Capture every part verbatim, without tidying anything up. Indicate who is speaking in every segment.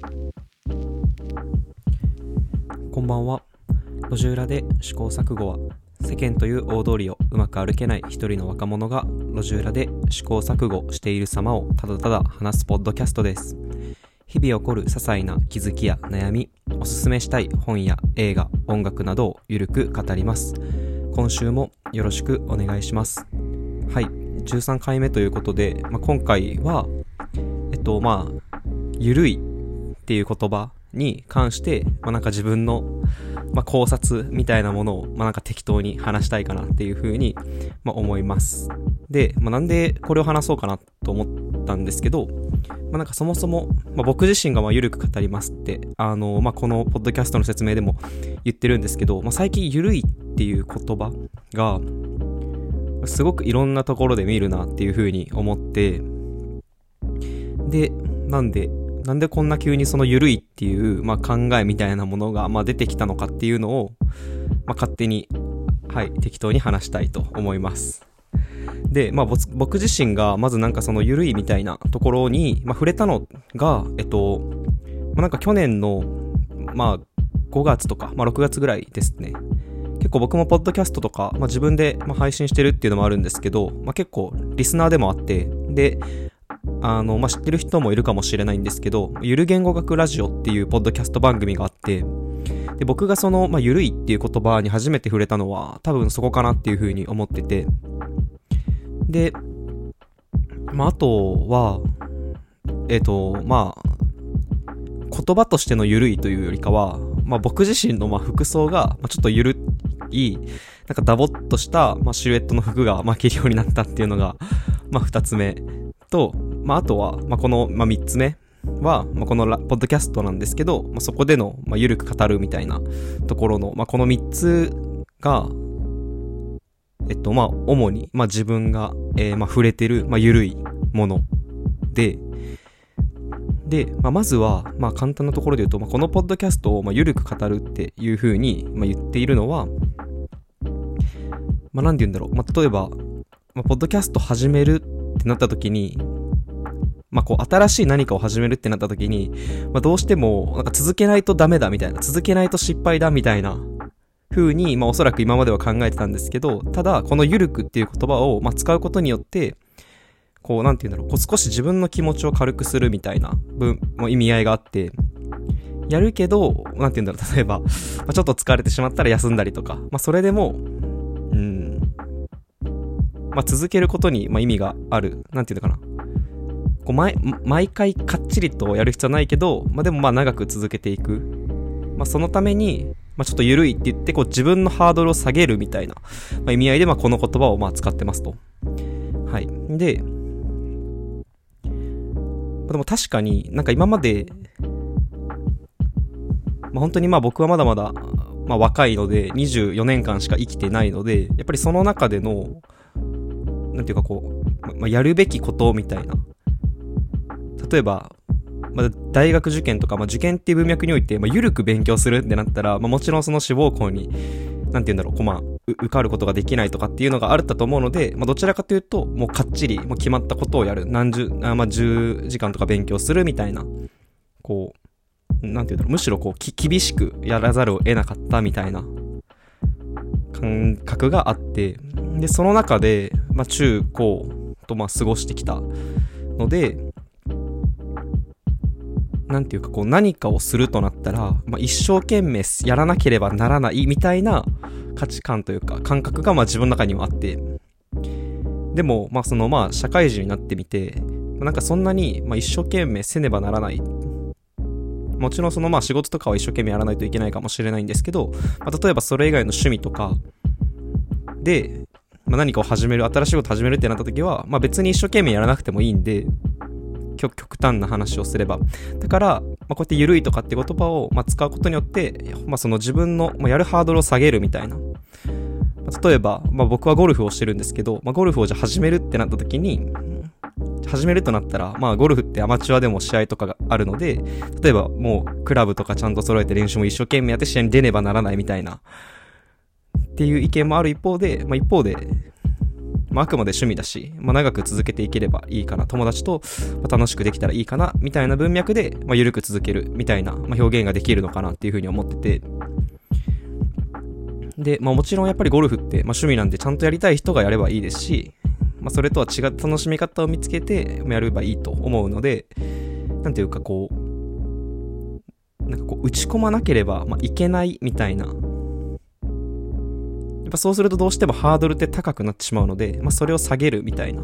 Speaker 1: こんばんは。路地裏で試行錯誤は、世間という大通りをうまく歩けない一人の若者が路地裏で試行錯誤している様をただただ話すポッドキャストです。日々起こる些細な気づきや悩み、おすすめしたい本や映画、音楽などをゆるく語ります。今週もよろしくお願いします。はい、じゅうさんかいめということで、まあ、今回はえっとまあゆるいっていう言葉に関して、まあ、なんか自分の、まあ、考察みたいなものを、まあ、なんか適当に話したいかなっていうふうに、まあ、思います。で、まあ、なんでこれを話そうかなと思ったんですけど、まあ、なんかそもそも、まあ、僕自身がまあゆるく語りますって、あの、まあ、このポッドキャストの説明でも言ってるんですけど、まあ、最近ゆるいっていう言葉がすごくいろんなところで見るなっていうふうに思って、で、なんでなんでこんな急にそのゆるいっていう、まあ、考えみたいなものが、まあ、出てきたのかっていうのを、まあ、勝手に、はい、適当に話したいと思います。で、まあ、僕自身がまずなんかそのゆるいみたいなところに、まあ、触れたのが、えっと、まあ、なんか去年の、まあ、ごがつとか、まあ、ろくがつぐらいですね。結構僕もポッドキャストとか、まあ、自分で配信してるっていうのもあるんですけど、まあ、結構リスナーでもあって、で、あの、まあ、知ってる人もいるかもしれないんですけど、ゆる言語学ラジオっていうポッドキャスト番組があって、で、僕がその、まあ、ゆるいっていう言葉に初めて触れたのは、多分そこかなっていう風に思ってて、で、まあ、あとは、えっと、まあ、言葉としてのゆるいというよりかは、まあ、僕自身のまあ服装が、まあ、ちょっとゆるい、なんかダボっとした、まあ、シルエットの服が、まあ、着るようになったっていうのが、まあ、二つ目と、まあ、あとは、まあ、この、まあ、三つ目は、まあ、このポッドキャストなんですけど、まあ、そこでの、まあ、ゆるく語るみたいなところの、まあ、この三つが、えっと、まあ、主に、まあ、自分が、えー、まあ、触れてる、まあ、ゆるいもので、で、まあ、まずは、まあ、簡単なところで言うと、まあ、このポッドキャストを、まあ、ゆるく語るっていう風に、まあ、言っているのは、まあ、なんて言うんだろう。まあ、例えば、まあ、ポッドキャスト始めるってなった時に、まあ、こう、新しい何かを始めるってなった時に、まあ、どうしても、なんか続けないとダメだみたいな、続けないと失敗だみたいな風に、まあ、おそらく今までは考えてたんですけど、ただ、このゆるくっていう言葉を、まあ、使うことによって、こう、なんて言うんだろう、こう少し自分の気持ちを軽くするみたいな分、も意味合いがあって、やるけど、なんて言うんだろう、例えば、まあ、ちょっと疲れてしまったら休んだりとか、まあ、それでも、うん、まあ、続けることに、まあ、意味がある。なんていうのかな。こう毎、毎回かっちりとやる必要はないけど、まあ、でもまあ長く続けていく。まあ、そのために、まあ、ちょっと緩いって言って、こう自分のハードルを下げるみたいな、まあ、意味合いで、まあ、この言葉をまあ使ってますと。はい。で、まあ、でも確かになんか今まで、まあ、本当にまあ僕はまだまだ、まあ、若いので、にじゅうよねんかんしか生きてないので、やっぱりその中での、なんていうかこう、まあ、やるべきことみたいな。例えば、まあ、大学受験とか、まあ、受験っていう文脈において、まあ、緩く勉強するってなったら、まあ、もちろんその志望校に、なんていうんだろう、こうまあ、受かることができないとかっていうのがあったと思うので、まあ、どちらかというと、もうかっちり、もう決まったことをやる。何十、あまあ、じゅうじかんとか勉強するみたいな、こう、なんていうんだろう、むしろこう、き厳しくやらざるを得なかったみたいな感覚があって、で、その中で、まあ、中高とまあ過ごしてきたので、なんていうかこう何かをするとなったら、まあ、一生懸命やらなければならないみたいな価値観というか感覚がまあ自分の中にもあって、でもまあそのまあ社会人になってみて、なんかそんなにまあ一生懸命せねばならない。もちろんそのまあ仕事とかは一生懸命やらないといけないかもしれないんですけど、まあ、例えばそれ以外の趣味とかで、まあ、何かを始める、新しいことを始めるってなった時は、まあ、別に一生懸命やらなくてもいいんで、極極端な話をすれば、だから、まあ、こうやってゆるいとかって言葉をまあ使うことによって、まあ、その自分の、まあ、やるハードルを下げるみたいな。例えば、まあ、僕はゴルフをしてるんですけど、まあ、ゴルフをじゃあ始めるってなった時に、始めるとなったら、まあゴルフってアマチュアでも試合とかがあるので、例えばもうクラブとかちゃんと揃えて練習も一生懸命やって試合に出ねばならないみたいなっていう意見もある一方で、まあ一方で、 まあ、あくまで趣味だし、まあ、長く続けていければいいかな、友達と楽しくできたらいいかなみたいな文脈で、まあ、緩く続けるみたいな、まあ、表現ができるのかなっていうふうに思ってて、で、まあ、もちろんやっぱりゴルフって、まあ、趣味なんでちゃんとやりたい人がやればいいですし、まあ、それとは違った楽しみ方を見つけてやればいいと思うので、なんていうかこうなんかこう打ち込まなければ、まあ、いけないみたいな、やっぱそうするとどうしてもハードルって高くなってしまうので、まあ、それを下げるみたいな、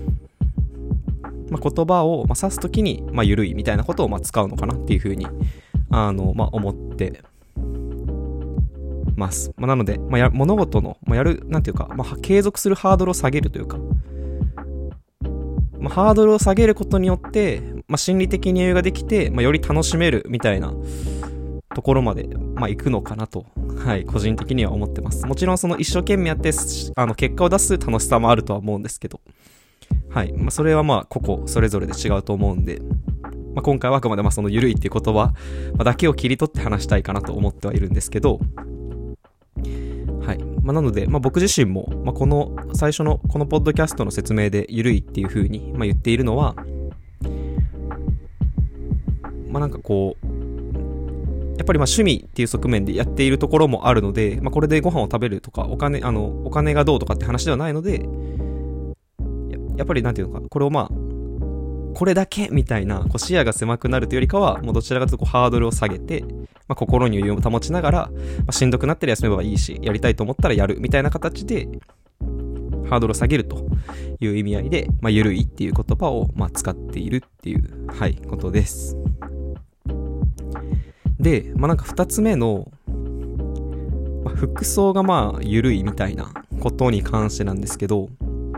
Speaker 1: まあ、言葉を、まあ、指すときに、まあ、緩いみたいなことを、まあ、使うのかなっていうふうにあの、まあ、思ってます。まあ、なので、まあ、や物事の、まあ、やるなんていうか、まあ、継続するハードルを下げるというか、まあ、ハードルを下げることによって、まあ、心理的に余裕ができて、まあ、より楽しめるみたいなところまで、まあ、行くのかなと、はい、個人的には思ってます。もちろんその一生懸命やってあの結果を出す楽しさもあるとは思うんですけど、はい、まあ、それはまあ個々それぞれで違うと思うんで、まあ、今回はあくまでまあその緩いっていう言葉だけを切り取って話したいかなと思ってはいるんですけど、はい、まあ、なので、まあ、僕自身も、まあ、この最初のこのポッドキャストの説明で緩いっていう風に、まあ、言っているのは、まあ、なんかこうやっぱりまあ趣味っていう側面でやっているところもあるので、まあ、これでご飯を食べるとかお金あのお金がどうとかって話ではないので、 や, やっぱりなんていうのか、これをまあこれだけみたいなこう視野が狭くなるというよりかは、もうどちらかというとこうハードルを下げて、まあ、心に余裕を保ちながら、まあ、しんどくなったら休めばいいし、やりたいと思ったらやるみたいな形でハードルを下げるという意味合いで、まあ、ゆるいっていう言葉をまあ使っているっていう、はい、ことです。で、まあ、なんか二つ目の、まあ、服装がまあゆるいみたいなことに関してなんですけど、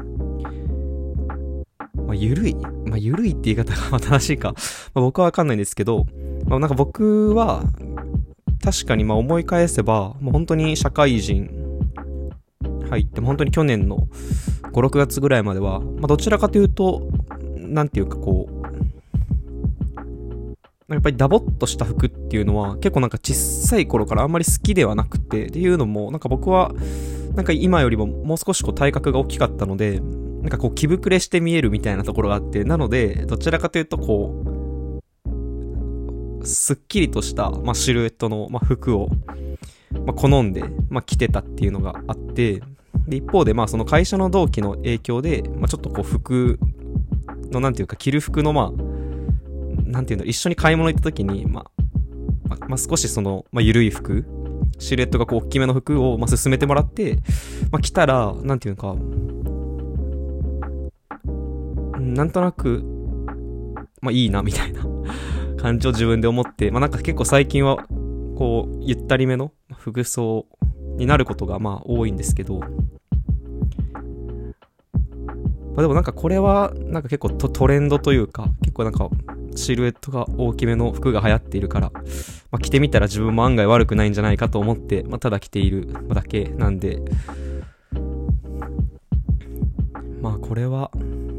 Speaker 1: まあ、ゆるい、まあ、ゆるいって言い方が正しいか、まあ、僕はわかんないんですけど、まあ、なんか僕は確かにまあ思い返せば、もう本当に社会人入っても本当に去年のご、ろくがつぐらいまでは、まあ、どちらかというとなんていうかこうやっぱりダボっとした服っていうのは結構なんか小さい頃からあんまり好きではなくて、っていうのもなんか僕はなんか今よりももう少しこう体格が大きかったので、なんかこう着膨れして見えるみたいなところがあって、なのでどちらかというとこうすっきりとした、まあ、シルエットの、まあ、服を、まあ、好んで、まあ、着てたっていうのがあって、で一方でまあその会社の同期の影響で、まあ、ちょっとこう服のなんていうか着る服のまあなんていうの一緒に買い物行った時に、まあまあ、まあ少しその、まあ、緩い服、シルエットがこう大きめの服を、まあ、勧めてもらって、まあ、着たらなんていうのか、なんとなくまあいいなみたいな感じを自分で思って、まあなんか結構最近はこうゆったりめの服装になることがまあ多いんですけど、まあ、でもなんかこれはなんか結構 ト, トレンドというか、結構なんかシルエットが大きめの服が流行っているから、まあ、着てみたら自分も案外悪くないんじゃないかと思って、まあ、ただ着ているだけなんで、まあこれは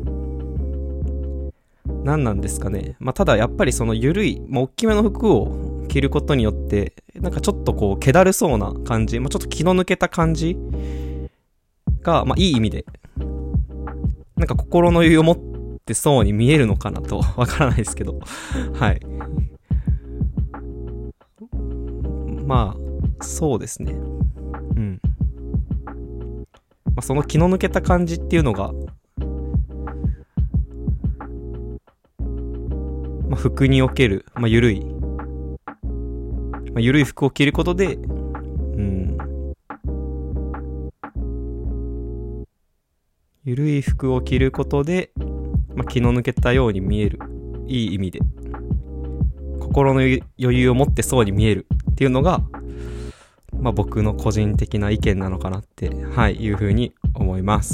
Speaker 1: 何なんですかね。まあただやっぱりその緩い、まあ、大きめの服を着ることによってなんかちょっとこう気だるそうな感じ、まあ、ちょっと気の抜けた感じが、まあ、いい意味でなんか心の余裕を持ってそうに見えるのかなとわからないですけどはい、まあそうですね、うん、まあ、その気の抜けた感じっていうのが、まあ、服における、まあ、緩い、まあ、緩い服を着ることで、うん、緩い服を着ることで、まあ、気の抜けたように見える、いい意味で心の余裕を持ってそうに見えるっていうのが、まあ、僕の個人的な意見なのかなって、はい、いうふうに思います。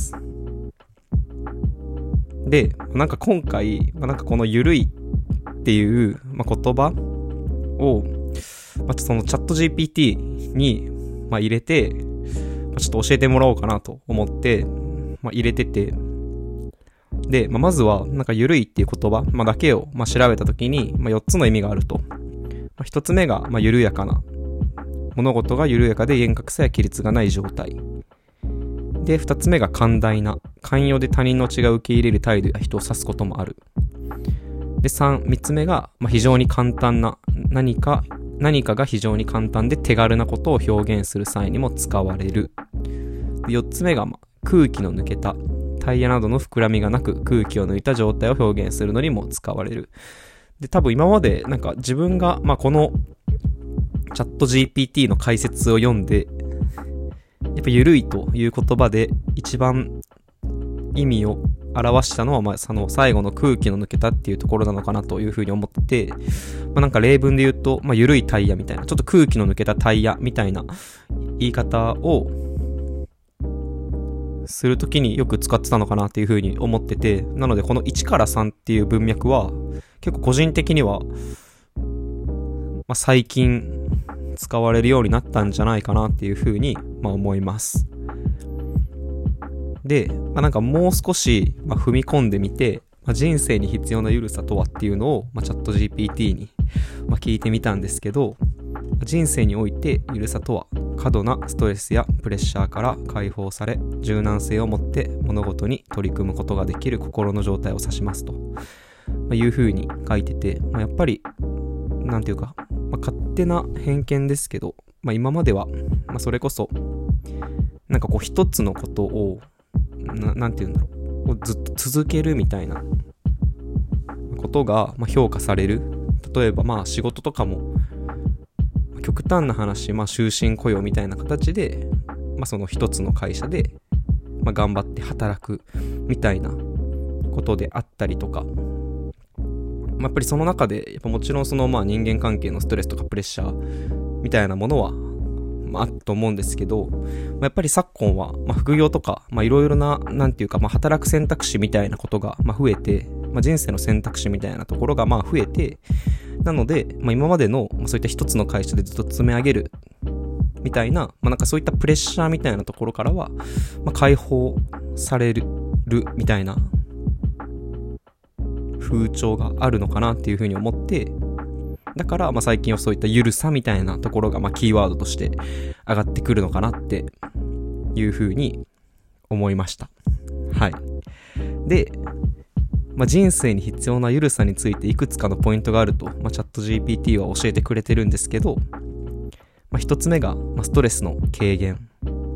Speaker 1: で、なんか今回、まあ、なんかこの緩いっていう、まあ、言葉を、まあ、そのチャット ジーピーティー に、まあ、入れて、まあ、ちょっと教えてもらおうかなと思って、まあ、入れてて、で、まあ、まずはなんか緩いっていう言葉、まあ、だけを、まあ、調べたときに、まあ、よっつの意味があると。まあ、ひとつめが、まあ、緩やかな、物事が緩やかで厳格さや規律がない状態で、ふたつめが寛大な、 寛容で他人の違いを受け入れる態度や人を指すこともある。で、さん、みっつめが、まあ、非常に簡単な、何か、何かが非常に簡単で手軽なことを表現する際にも使われる。で、よっつ目が、まあ、空気の抜けた、タイヤなどの膨らみがなく空気を抜いた状態を表現するのにも使われる。で、多分今までなんか自分が、まあ、このチャット ジーピーティー の解説を読んで、やっぱ緩いという言葉で一番意味を表したのは、まあ、その最後の空気の抜けたっていうところなのかなというふうに思って、まあ、なんか例文で言うと、まあ、緩いタイヤみたいな、ちょっと空気の抜けたタイヤみたいな言い方をするときによく使ってたのかなっていうふうに思ってて、なのでこのいちからさんっていう文脈は結構個人的には、まあ、最近使われるようになったんじゃないかなっていうふうに、まあ、思います。で、まあ、なんかもう少し、まあ、踏み込んでみて、まあ、人生に必要な緩さとはっていうのを、まあ、チャット ジーピーティー に、まあ、聞いてみたんですけど、人生において緩さとは過度なストレスやプレッシャーから解放され、柔軟性を持って物事に取り組むことができる心の状態を指しますと、まあ、いうふうに書いてて、まあ、やっぱりなんていうか、まあ、勝手な偏見ですけど、まあ、今までは、まあ、それこそなんかこう一つのことをな、なんていうんだろう、ずっと続けるみたいなことが、まあ、評価される。例えばまあ仕事とかも極端な話、まあ終身雇用みたいな形で、まあその一つの会社で、まあ、頑張って働くみたいなことであったりとか、まあ、やっぱりその中でやっぱもちろんそのまあ人間関係のストレスとかプレッシャーみたいなものはまああると思うんですけど、まあ、やっぱり昨今はまあ副業とかまあいろいろななんていうかまあ働く選択肢みたいなことがまあ増えて、まあ、人生の選択肢みたいなところがまあ増えて、なので、まあ、今までの、まあ、そういった一つの会社でずっと詰め上げるみたいな、まあ、なんかそういったプレッシャーみたいなところからは、まあ、解放されるみたいな風潮があるのかなっていうふうに思って、だからまあ最近はそういった緩さみたいなところがまあキーワードとして上がってくるのかなっていうふうに思いました。はい。で、まあ、人生に必要な緩さについていくつかのポイントがあると、まあ、チャット ジーピーティー は教えてくれてるんですけど、まあ、一つ目が、まあ、ストレスの軽減。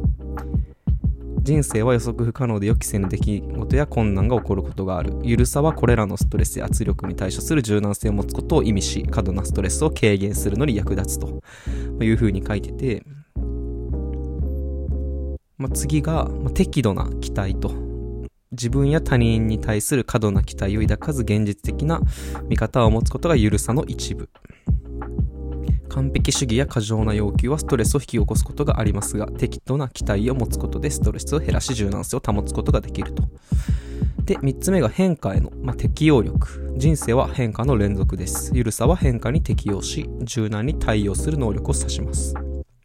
Speaker 1: 人生は予測不可能で予期せぬ出来事や困難が起こることがある。緩さはこれらのストレスや圧力に対処する柔軟性を持つことを意味し、過度なストレスを軽減するのに役立つというふうに書いてて、まあ、次が、まあ、適度な期待と。自分や他人に対する過度な期待を抱かず現実的な見方を持つことが緩さの一部。完璧主義や過剰な要求はストレスを引き起こすことがありますが、適度な期待を持つことでストレスを減らし柔軟性を保つことができると。で、みっつめが変化への、まあ、適応力。人生は変化の連続です。緩さは変化に適応し、柔軟に対応する能力を指します。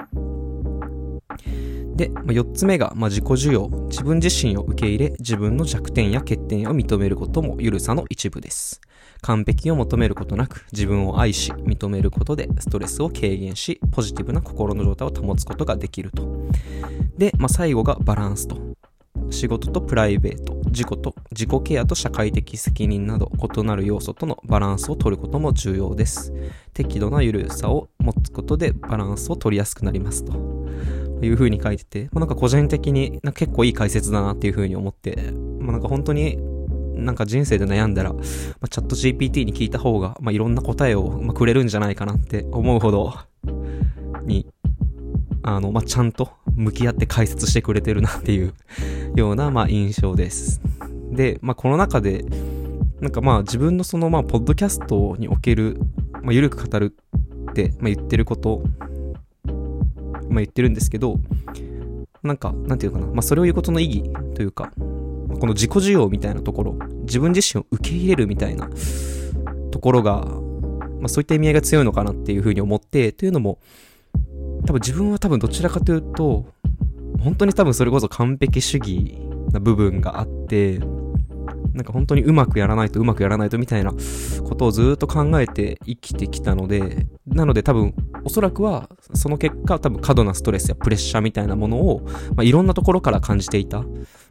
Speaker 1: で、まあ、よっつめが、まあ、自己需要。自分自身を受け入れ、自分の弱点や欠点を認めることも緩さの一部です。完璧を求めることなく、自分を愛し、認めることでストレスを軽減し、ポジティブな心の状態を保つことができると。で、まあ、最後がバランスと。仕事とプライベート、自己と自己ケアと社会的責任など異なる要素とのバランスを取ることも重要です。適度な緩さを持つことでバランスを取りやすくなりますという風に書いてて、まあ、なんか個人的になんか結構いい解説だなっていう風に思って、まあ、なんか本当になんか人生で悩んだら、まあ、チャット ジーピーティー に聞いた方が、まあ、いろんな答えを、まあ、くれるんじゃないかなって思うほどにあの、まあ、ちゃんと向き合って解説してくれてるなっていうような、まあ、印象です。で、まあ、この中でなんかまあ自分のそのまあポッドキャストにおける、まあ、ゆるく語るって、まあ、言ってること、まあ、言ってるんですけど、なんかなんていうかな、まあ、それを言うことの意義というか、この自己需要みたいなところ、自分自身を受け入れるみたいなところが、まあ、そういった意味合いが強いのかなっていうふうに思って、というのも多分自分は多分どちらかというと本当に多分それこそ完璧主義な部分があって、なんか本当にうまくやらないとうまくやらないとみたいなことをずっと考えて生きてきたので、なので多分おそらくはその結果多分過度なストレスやプレッシャーみたいなものを、まあ、いろんなところから感じていた、ま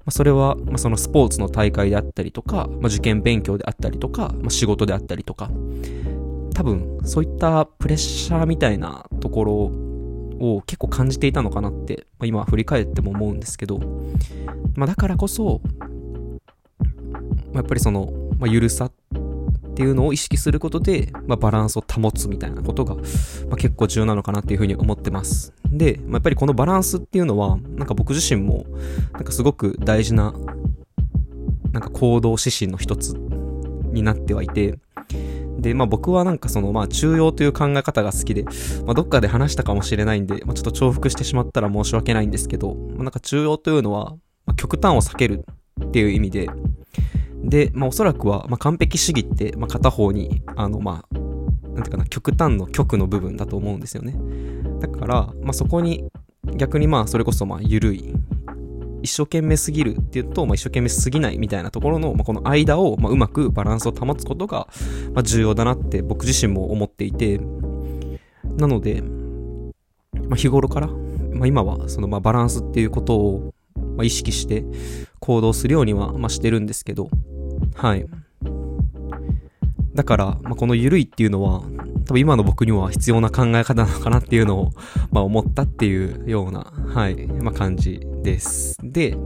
Speaker 1: あ、それは、まあ、そのスポーツの大会であったりとか、まあ、受験勉強であったりとか、まあ、仕事であったりとか、多分そういったプレッシャーみたいなところを結構感じていたのかなって、まあ、今振り返っても思うんですけど、まあ、だからこそ、やっぱりその、まあ、ゆるさっていうのを意識することで、まあ、バランスを保つみたいなことが、まあ、結構重要なのかなっていうふうに思ってます。で、まあ、やっぱりこのバランスっていうのは、なんか僕自身も、なんかすごく大事な、なんか行動指針の一つになってはいて、で、まあ僕はなんかその、まあ中庸という考え方が好きで、まあどっかで話したかもしれないんで、まあちょっと重複してしまったら申し訳ないんですけど、まあなんか中庸というのは、まあ、極端を避けるっていう意味で、で、まあおそらくは、まあ完璧主義って、まあ片方に、あの、まあ、なんていうかな、極端の極の部分だと思うんですよね。だから、まあそこに、逆にまあそれこそまあ緩い、一生懸命すぎるっていうと、まあ、一生懸命すぎないみたいなところの、まあ、この間を、まあ、うまくバランスを保つことが、まあ、重要だなって僕自身も思っていて、なので、まあ、日頃から、まあ、今はそのまあバランスっていうことを、まあ、意識して行動するようには、まあ、してるんですけど、はい。だから、まあ、この緩いっていうのは、多分今の僕には必要な考え方なのかなっていうのを、まあ、思ったっていうような、はい、まあ、感じです。で、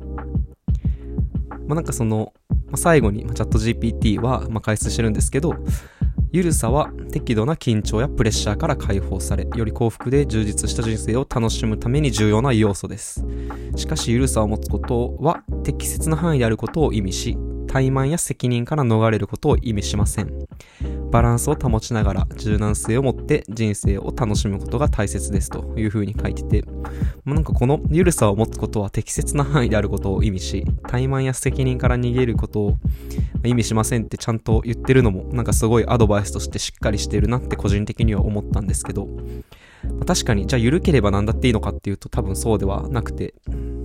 Speaker 1: まあ、なんかその、まあ、最後に、まあ、チャット ジーピーティー は、まあ、解説してるんですけど、ゆるさは適度な緊張やプレッシャーから解放され、より幸福で充実した人生を楽しむために重要な要素です。しかし、ゆるさを持つことは適切な範囲であることを意味し、怠慢や責任から逃れることを意味しません。バランスを保ちながら柔軟性を持って人生を楽しむことが大切ですというふうに書いてて、なんかこのゆるさを持つことは適切な範囲であることを意味し、怠慢や責任から逃げることを意味しませんってちゃんと言ってるのもなんかすごいアドバイスとしてしっかりしてるなって個人的には思ったんですけど、まあ、確かにじゃあ緩ければなんだっていいのかっていうと多分そうではなくて、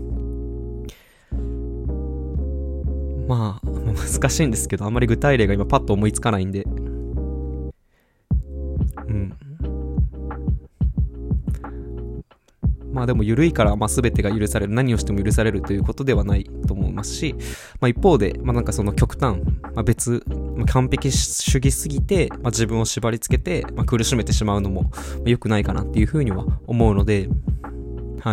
Speaker 1: まあ難しいんですけど、あんまり具体例が今パッと思いつかないんで、うん。まあでも緩いからまあ全てが許される、何をしても許されるということではないと思いますし、まあ一方で、まあなんかその極端、まあ別、まあ、完璧主義すぎて、まあ自分を縛り付けて、まあ苦しめてしまうのも良くないかなっていうふうには思うので、はい。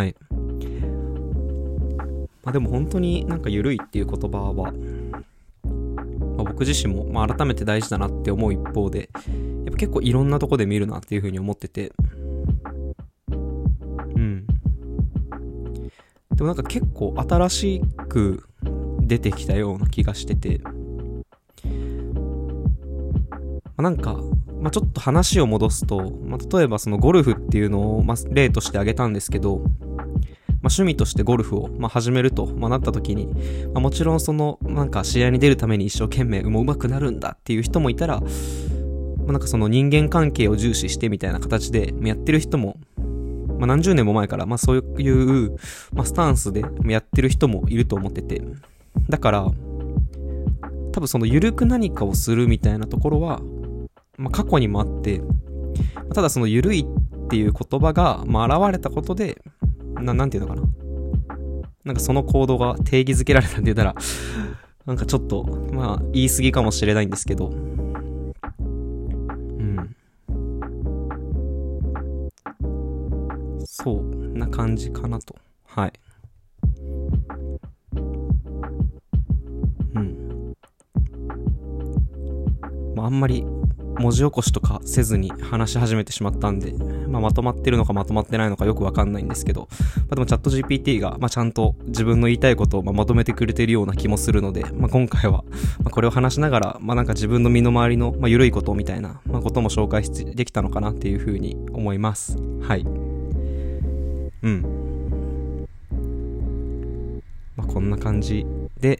Speaker 1: まあでも本当になんか緩いっていう言葉は、まあ、僕自身もまあ改めて大事だなって思う一方で、やっぱ結構いろんなとこで見るなっていうふうに思ってて、うん。でもなんか結構新しく出てきたような気がしてて、まあ、なんか、まあ、ちょっと話を戻すと、まあ、例えばそのゴルフっていうのをまあ例として挙げたんですけど、まあ、趣味としてゴルフをまあ始めると、まあ、なった時に、まあ、もちろんそのなんか試合に出るために一生懸命もう上手くなるんだっていう人もいたら、まあ、なんかその人間関係を重視してみたいな形でやってる人も、まあ、何十年も前からまあそういう、まあ、スタンスでやってる人もいると思ってて、だから多分その緩く何かをするみたいなところは、まあ、過去にもあって、ただその緩いっていう言葉がまあ現れたことで、な、なんていうのかな。なんかその行動が定義づけられたって言ったら、なんかちょっと、まあ言い過ぎかもしれないんですけど、うん。そうな感じかなと。はい。うん。まああんまり文字起こしとかせずに話し始めてしまったんで、まあ、まとまってるのかまとまってないのかよくわかんないんですけど、まあ、でもチャット ジーピーティー が、まあ、ちゃんと自分の言いたいことをまあまとめてくれてるような気もするので、まあ、今回はまあこれを話しながら、まあ、なんか自分の身の回りのまあ緩いことみたいな、まあ、ことも紹介できたのかなっていうふうに思います。はい。うん。まあ、こんな感じで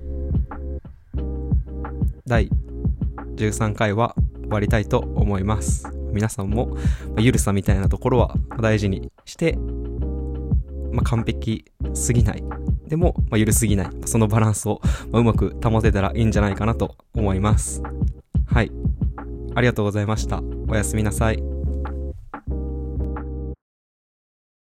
Speaker 1: だいじゅうさんかいは終わりたいと思います。皆さんも、まあ、ゆるさみたいなところは大事にして、まあ、完璧すぎない。でも、まあ、ゆるすぎない。そのバランスを、まあ、うまく保てたらいいんじゃないかなと思います。はい。ありがとうございました。おやすみなさい。